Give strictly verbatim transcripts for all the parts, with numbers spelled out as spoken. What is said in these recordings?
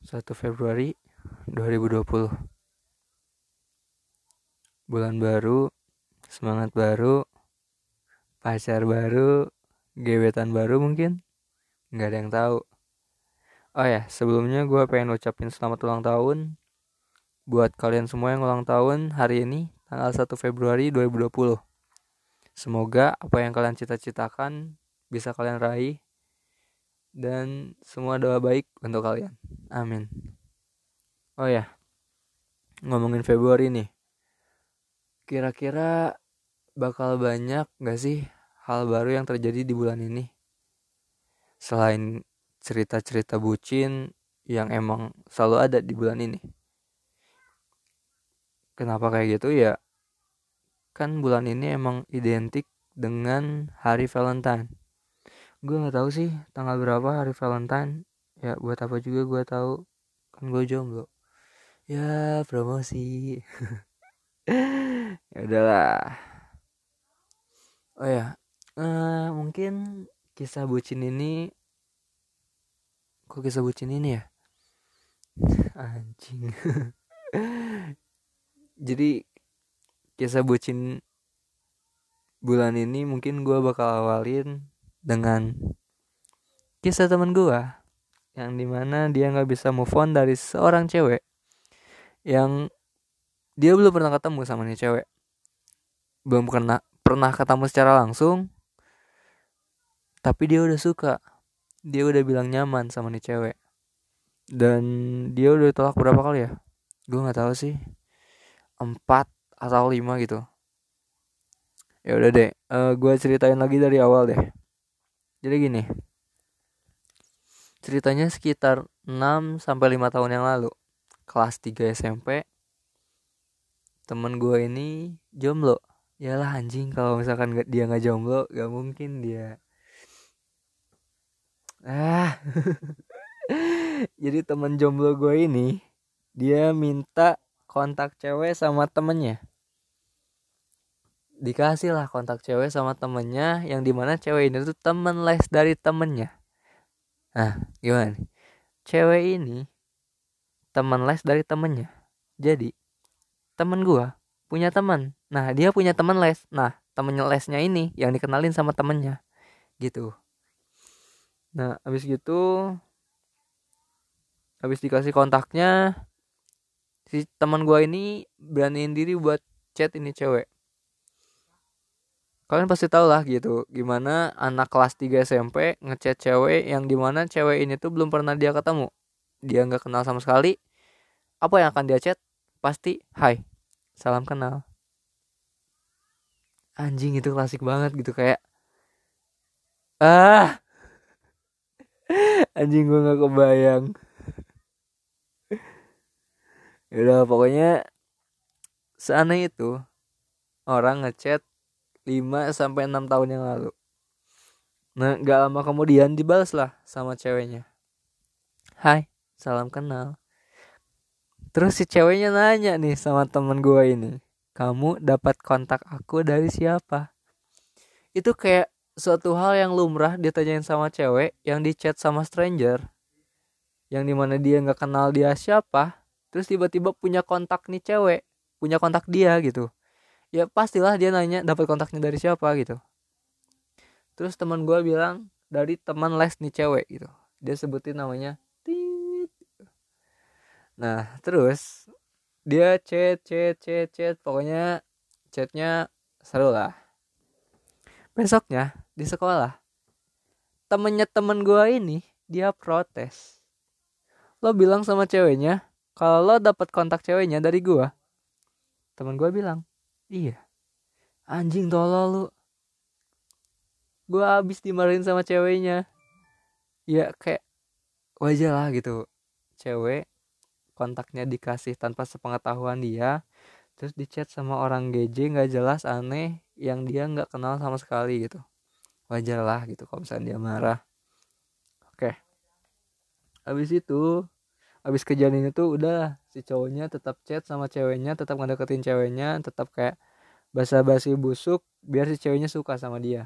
satu Februari dua ribu dua puluh. Bulan baru, semangat baru, pacar baru, gebetan baru mungkin. Nggak ada yang tahu. Oh ya, sebelumnya gue pengen ucapin selamat ulang tahun buat kalian semua yang ulang tahun hari ini, tanggal satu Februari dua ribu dua puluh. Semoga apa yang kalian cita-citakan bisa kalian raih dan semua doa baik untuk kalian. Amin. Oh ya, ngomongin Februari nih. Kira-kira bakal banyak gak sih hal baru yang terjadi di bulan ini? Selain cerita-cerita bucin yang emang selalu ada di bulan ini. Kenapa kayak gitu ya? Kan bulan ini emang identik dengan hari Valentine. Gue gak tahu sih tanggal berapa hari Valentine. Ya buat apa juga gue tahu. Kan gue jomblo. Ya promosi. Ya udahlah. Oh ya, eh, mungkin kisah bucin ini, kok kisah bucin ini ya? Anjing. Jadi kisah bucin bulan ini mungkin gue bakal awalin dengan kisah teman gue yang dimana dia nggak bisa move on dari seorang cewek yang dia belum pernah ketemu sama nih cewek, belum pernah pernah ketemu secara langsung, tapi dia udah suka, dia udah bilang nyaman sama nih cewek dan dia udah tolak berapa kali ya? Gue nggak tahu sih, empat atau lima gitu. Ya udah deh, uh, gue ceritain lagi dari awal deh. Jadi gini, ceritanya sekitar enam sampai lima tahun yang lalu, kelas tiga S M P. Temen gue ini jomblo. Yalah anjing, kalau misalkan gak, dia gak jomblo, gak mungkin dia. Ah. Jadi temen jomblo gue ini, dia minta kontak cewek sama temennya. Dikasih lah kontak cewek sama temennya, yang dimana cewek ini tuh temen les dari temennya. Nah gimana nih, cewek ini temen les dari temennya. Jadi temen gua punya teman, nah dia punya temen les, nah temen lesnya ini yang dikenalin sama temennya gitu. Nah abis gitu, abis dikasih kontaknya, si teman gua ini beraniin diri buat chat ini cewek. Kalian pasti tau lah gitu, gimana anak kelas tiga S M P ngechat cewek yang dimana cewek ini tuh belum pernah dia ketemu, dia gak kenal sama sekali. Apa yang akan dia chat? Pasti hai, salam kenal. Anjing, itu klasik banget gitu, kayak ah anjing, gue gak kebayang. Yaudah pokoknya seaneh itu orang ngechat lima sampai enam tahun yang lalu. Nah gak lama kemudian dibalas lah sama ceweknya, hai, salam kenal. Terus si ceweknya nanya nih sama temen gue ini, kamu dapat kontak aku dari siapa? Itu kayak suatu hal yang lumrah ditanyain sama cewek yang di chat sama stranger, yang dimana dia gak kenal dia siapa, terus tiba-tiba punya kontak nih cewek, punya kontak dia gitu. Ya pastilah dia nanya dapat kontaknya dari siapa gitu. Terus teman gue bilang dari teman les nih cewek gitu, dia sebutin namanya Tit. Nah terus dia chat chat chat chat pokoknya chatnya seru lah. Besoknya di sekolah, temennya temen gue ini dia protes, lo bilang sama ceweknya kalau lo dapat kontak ceweknya dari gue. Temen gue bilang, iya. Anjing tolol lu, gue abis dimarahin sama ceweknya. Ya kayak wajar lah gitu, cewek kontaknya dikasih tanpa sepengetahuan dia, terus dicat sama orang G J nggak jelas, aneh, yang dia nggak kenal sama sekali gitu. Wajar lah gitu kalau misalnya dia marah. Oke, abis itu, abis kejadian itu udah si cowoknya tetap chat sama ceweknya, tetap ngedeketin ceweknya, tetap kayak basa-basi busuk biar si ceweknya suka sama dia.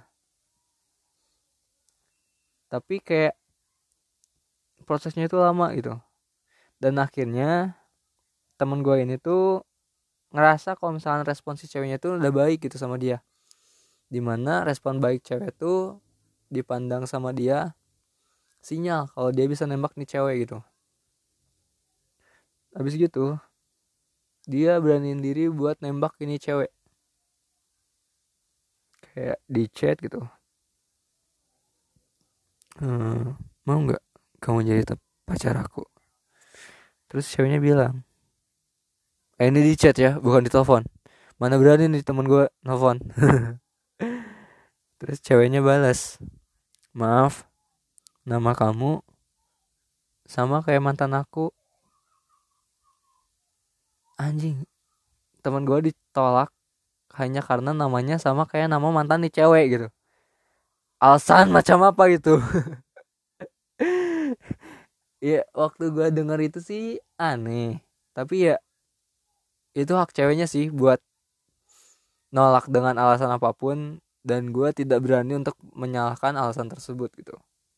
Tapi kayak prosesnya itu lama gitu. Dan akhirnya temen gue ini tuh ngerasa kalau misalkan respon si ceweknya tuh udah baik gitu sama dia, dimana respon baik cewek tuh dipandang sama dia sinyal kalau dia bisa nembak nih cewek gitu. Habis gitu dia beraniin diri buat nembak ini cewek, kayak di chat gitu, hmm, mau nggak kamu jadi tep- pacar aku. Terus ceweknya bilang, eh ini di chat ya bukan di telepon, mana berani nih temen gue nelfon. Terus ceweknya balas, maaf, nama kamu sama kayak mantan aku. Anjing, temen gue ditolak hanya karena namanya sama kayak nama mantan nih cewek gitu. Alasan macam apa gitu. Ya waktu gue denger itu sih aneh, tapi ya itu hak ceweknya sih buat nolak dengan alasan apapun, dan gue tidak berani untuk menyalahkan alasan tersebut gitu.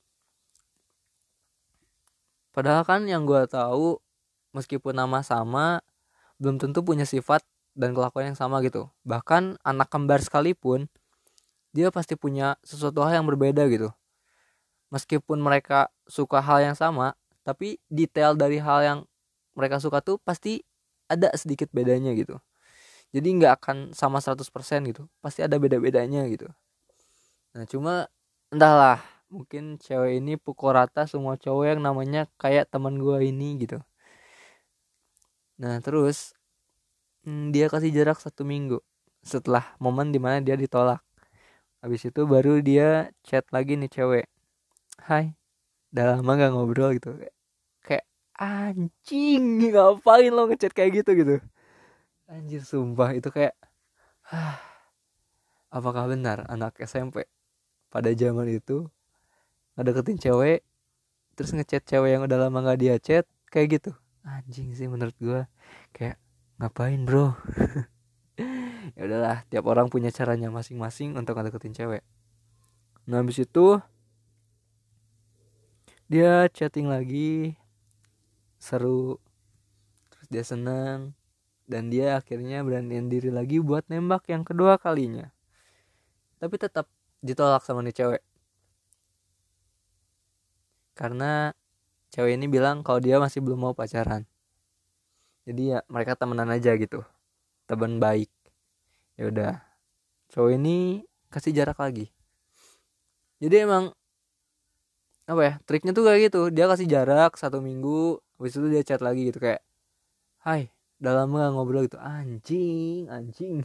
Padahal kan yang gue tahu, meskipun nama sama belum tentu punya sifat dan kelakuan yang sama gitu. Bahkan anak kembar sekalipun dia pasti punya sesuatu hal yang berbeda gitu. Meskipun mereka suka hal yang sama, tapi detail dari hal yang mereka suka tuh pasti ada sedikit bedanya gitu. Jadi nggak akan sama seratus persen gitu, pasti ada beda-bedanya gitu. Nah cuma entahlah, mungkin cewek ini pukul rata semua cowok yang namanya kayak teman gue ini gitu. Nah terus hmm, dia kasih jarak satu minggu setelah momen dimana dia ditolak. Habis itu baru dia chat lagi nih cewek, hai, udah lama gak ngobrol gitu. Kayak anjing, ngapain lo ngechat kayak gitu gitu. Anjir sumpah itu kayak, apakah benar anak S M P pada zaman itu ngedeketin cewek terus ngechat cewek yang udah lama gak dia chat kayak gitu. Anjing sih menurut gue, kayak ngapain bro. Ya udahlah, tiap orang punya caranya masing-masing untuk ngedeketin cewek. Nah habis itu dia chatting lagi, seru, terus dia senang, dan dia akhirnya beraniin diri lagi buat nembak yang kedua kalinya. Tapi tetap ditolak sama nih cewek, karena cewek ini bilang kalau dia masih belum mau pacaran. Jadi ya mereka temenan aja gitu, teman baik. Ya udah, cowok ini kasih jarak lagi. Jadi emang apa ya, triknya tuh kayak gitu, dia kasih jarak satu minggu, habis itu dia chat lagi gitu kayak, hai, udah lama gak ngobrol gitu. Anjing, anjing.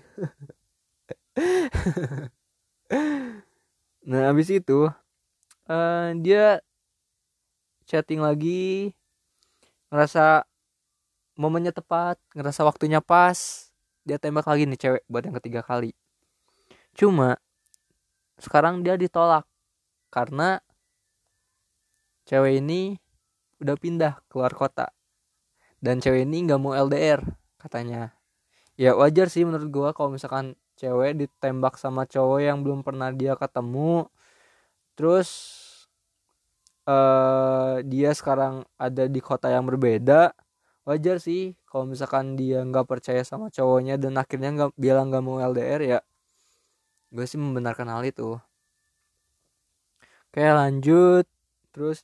Nah habis itu uh, dia chatting lagi, ngerasa momennya tepat, ngerasa waktunya pas, dia tembak lagi nih cewek buat yang ketiga kali. Cuma sekarang dia ditolak karena cewek ini udah pindah keluar kota, dan cewek ini nggak mau L D R katanya. Ya wajar sih menurut gua kalau misalkan cewek ditembak sama cowok yang belum pernah dia ketemu, terus uh, dia sekarang ada di kota yang berbeda. Wajar sih kalau misalkan dia nggak percaya sama cowoknya dan akhirnya nggak bilang nggak mau L D R. Ya gue sih membenarkan hal itu. Kayak lanjut, terus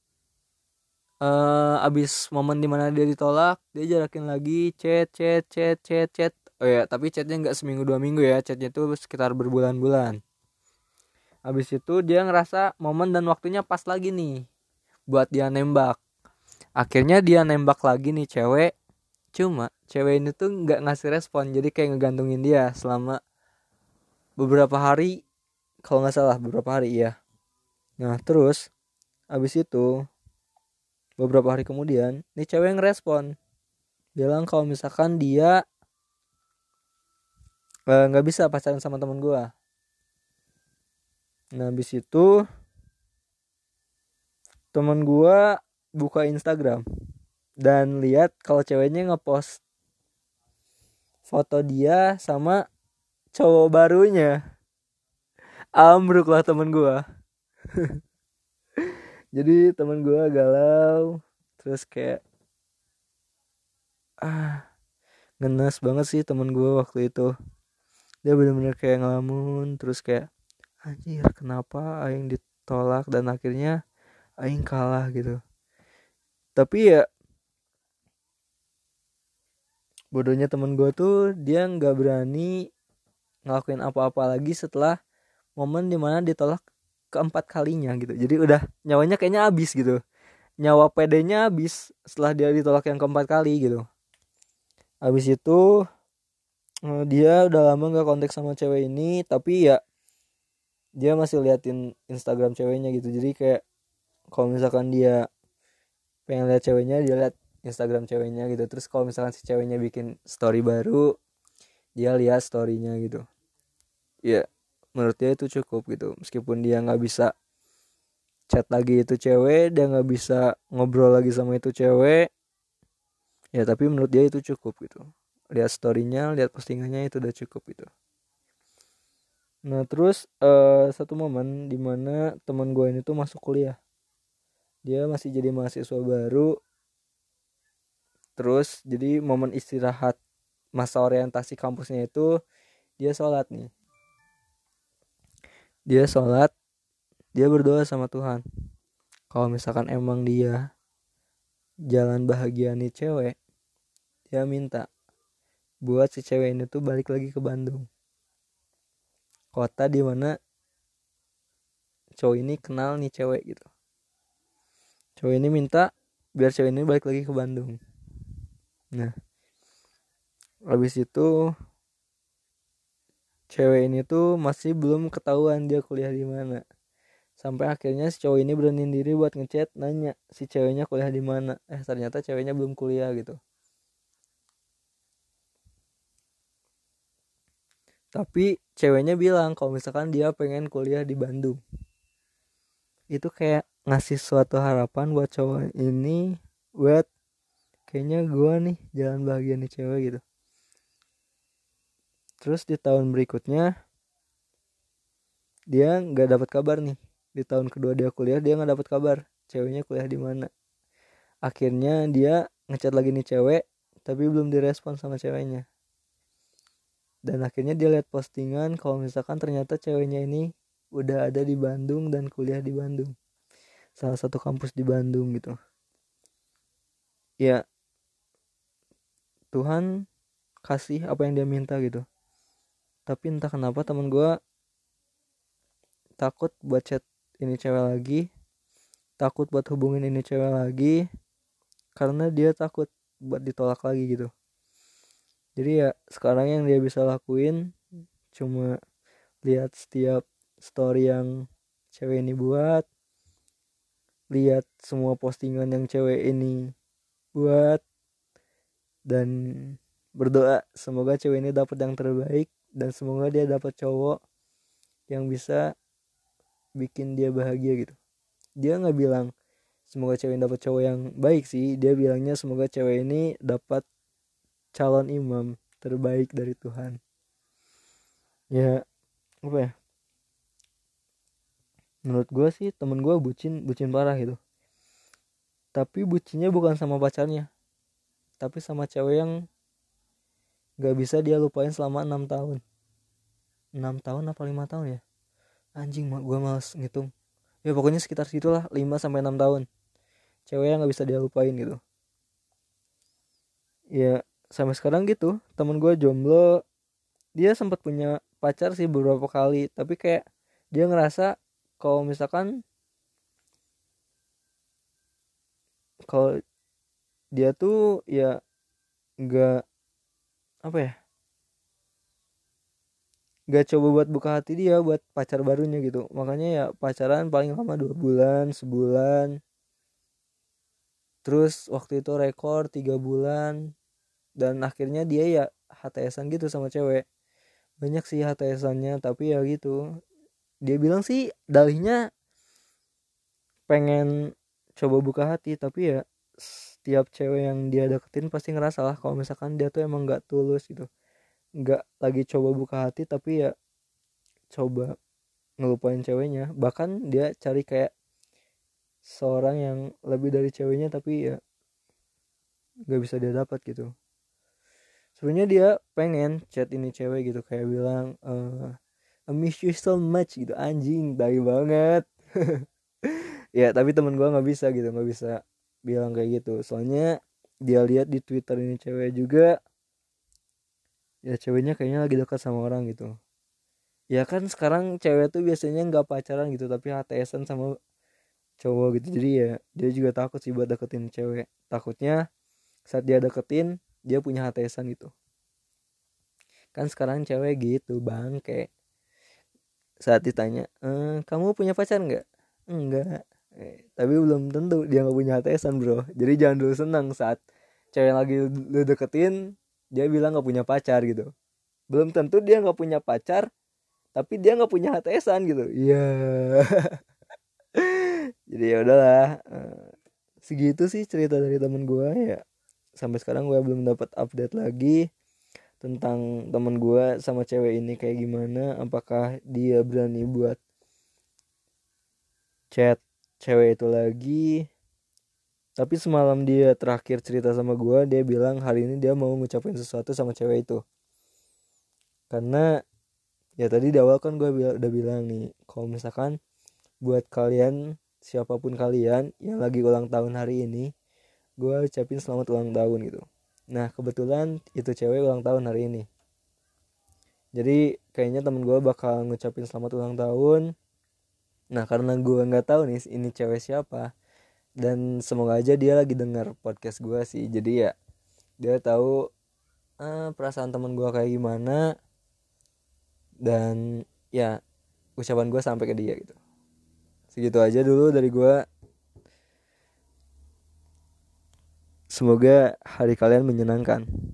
uh, abis momen dimana dia ditolak, dia jarakin lagi, chat chat chat chat chat. Oh ya, tapi chatnya nggak seminggu dua minggu ya, chatnya tuh sekitar berbulan-bulan. Abis itu dia ngerasa momen dan waktunya pas lagi nih buat dia nembak. Akhirnya dia nembak lagi nih cewek. Cuma cewek ini tuh nggak ngasih respon, jadi kayak ngegantungin dia selama beberapa hari, kalau nggak salah beberapa hari ya. Nah terus abis itu beberapa hari kemudian nih cewek ngerespon, bilang kalau misalkan dia nggak uh, bisa pacaran sama temen gue. Nah abis itu temen gue buka Instagram dan lihat kalau ceweknya ngepost foto dia sama cowok barunya. Ambruk lah temen gue. Jadi temen gue galau, terus kayak ah ngenes banget sih temen gue waktu itu. Dia bener-bener kayak ngelamun terus kayak anjir kenapa aing ditolak dan akhirnya aing kalah gitu. Tapi ya bodohnya temen gue tuh dia nggak berani ngelakuin apa-apa lagi setelah momen dimana ditolak keempat kalinya gitu. Jadi udah nyawanya kayaknya habis gitu, nyawa pedenya habis setelah dia ditolak yang keempat kali gitu. Habis itu eh, dia udah lama nggak kontak sama cewek ini, tapi ya dia masih liatin Instagram ceweknya gitu. Jadi kayak kalau misalkan dia pengen lihat ceweknya, dia lihat Instagram ceweknya gitu. Terus kalau misalkan si ceweknya bikin story baru, dia lihat storynya gitu. Ya menurut dia itu cukup gitu, meskipun dia nggak bisa chat lagi itu cewek, dia nggak bisa ngobrol lagi sama itu cewek, ya tapi menurut dia itu cukup gitu. Lihat storynya, lihat postingannya itu udah cukup gitu. Nah terus uh, satu momen dimana teman gue ini tuh masuk kuliah, dia masih jadi mahasiswa baru. Terus jadi momen istirahat masa orientasi kampusnya itu dia sholat nih, dia sholat, dia berdoa sama Tuhan kalau misalkan emang dia jalan bahagia nih cewek, dia minta buat si cewek ini tuh balik lagi ke Bandung, kota dimana cowok ini kenal nih cewek gitu. Cowok ini minta biar cewek ini balik lagi ke Bandung. Nah habis itu cewek ini tuh masih belum ketahuan dia kuliah di mana, sampai akhirnya si cowok ini beraniin diri buat ngechat nanya si ceweknya kuliah di mana. Eh ternyata ceweknya belum kuliah gitu. Tapi ceweknya bilang kalau misalkan dia pengen kuliah di Bandung. Itu kayak ngasih suatu harapan buat cowok ini buat kayaknya gue nih jalan bahagia nih cewek gitu. Terus di tahun berikutnya dia nggak dapat kabar nih. Di tahun kedua dia kuliah dia nggak dapat kabar ceweknya kuliah di mana. Akhirnya dia ngechat lagi nih cewek, tapi belum direspon sama ceweknya. Dan akhirnya dia lihat postingan kalau misalkan ternyata ceweknya ini udah ada di Bandung dan kuliah di Bandung, salah satu kampus di Bandung gitu. Ya Tuhan kasih apa yang dia minta gitu. Tapi entah kenapa temen gue takut buat chat ini cewek lagi, takut buat hubungin ini cewek lagi, karena dia takut buat ditolak lagi gitu. Jadi ya sekarang yang dia bisa lakuin cuma lihat setiap story yang cewek ini buat, lihat semua postingan yang cewek ini buat, dan berdoa semoga cewek ini dapat yang terbaik dan semoga dia dapat cowok yang bisa bikin dia bahagia gitu. Dia nggak bilang semoga cewek dapat cowok yang baik sih, dia bilangnya semoga cewek ini dapat calon imam terbaik dari Tuhan. Ya apa ya, menurut gue sih temen gue bucin bucin parah gitu. Tapi bucinnya bukan sama pacarnya, tapi sama cewek yang gak bisa dia lupain selama enam tahun. Enam tahun apa lima tahun ya, anjing gue males ngitung. Ya pokoknya sekitar situlah, lima sampai enam tahun cewek yang gak bisa dia lupain gitu. Ya sampai sekarang gitu temen gue jomblo. Dia sempat punya pacar sih beberapa kali, tapi kayak dia ngerasa kalau misalkan kalau dia tuh ya nggak apa ya, nggak coba buat buka hati dia buat pacar barunya gitu. Makanya ya pacaran paling lama dua bulan sebulan, terus waktu itu rekor tiga bulan, dan akhirnya dia ya H T S-an gitu sama cewek. Banyak sih H T S-annya, tapi ya gitu, dia bilang sih dalihnya pengen coba buka hati, tapi ya setiap cewek yang dia deketin pasti ngerasa lah kalau misalkan dia tuh emang nggak tulus gitu, nggak lagi coba buka hati tapi ya coba ngelupain ceweknya. Bahkan dia cari kayak seorang yang lebih dari ceweknya tapi ya nggak bisa dia dapat gitu. sebenarnya dia pengen chat ini cewek gitu, kayak bilang eh I miss you so much gitu, anjing tai banget. Ya tapi temen gue nggak bisa gitu, nggak bisa bilang kayak gitu, soalnya dia lihat di Twitter ini cewek juga, ya ceweknya kayaknya lagi dekat sama orang gitu. Ya kan sekarang cewek tuh biasanya nggak pacaran gitu tapi H T S-an sama cowok gitu, jadi ya dia juga takut sih buat deketin cewek, takutnya saat dia deketin dia punya H T S-an gitu. Kan sekarang cewek gitu bang, kayak saat ditanya e, kamu punya pacar nggak, enggak, eh, tapi belum tentu dia nggak punya H T S-an bro. Jadi jangan dulu senang saat cewek yang lagi lu deketin dia bilang nggak punya pacar gitu, belum tentu dia nggak punya pacar tapi dia nggak punya H T S-an gitu. Iya. Yeah. Jadi ya udahlah, eh, segitu sih cerita dari temen gue ya. Sampai sekarang gue belum dapat update lagi tentang temen gue sama cewek ini kayak gimana, apakah dia berani buat chat cewek itu lagi. Tapi semalam dia terakhir cerita sama gue, dia bilang hari ini dia mau ngucapin sesuatu sama cewek itu. Karena ya tadi di awal kan gue udah bilang nih, kalau misalkan buat kalian, siapapun kalian yang lagi ulang tahun hari ini, gue ucapin selamat ulang tahun gitu. Nah kebetulan itu cewek ulang tahun hari ini, jadi kayaknya temen gue bakal ngucapin selamat ulang tahun. Nah karena gue nggak tahu nih ini cewek siapa, dan semoga aja dia lagi dengar podcast gue sih, jadi ya dia tahu eh, perasaan temen gue kayak gimana, dan ya ucapan gue sampai ke dia gitu. Segitu aja dulu dari gue. Semoga hari kalian menyenangkan.